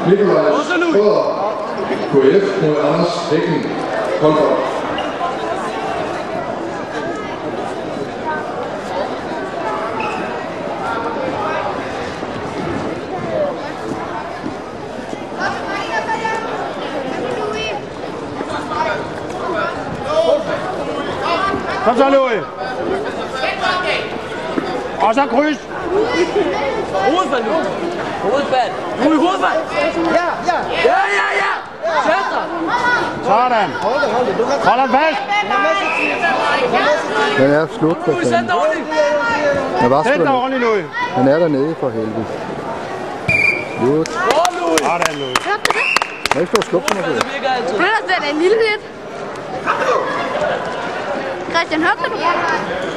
Nikolaj Schrøder, KF mod Anders Hækken, håndbold. Kom så, Louis. Og så kryds. Hovedfald nu. Hovedfald. Louis, hovedfald. Ja. Sætter. Sådan. Hold den fast. Den er slut for Louis, sæt dig ordentligt. Sæt dig ordentligt, Louis. Den er dernede for helvede. Slut. Sådan, Louis. Må ikke stå og skubbe til mig. Det virker altid. Det er en lille lidt. Christian, hørte du?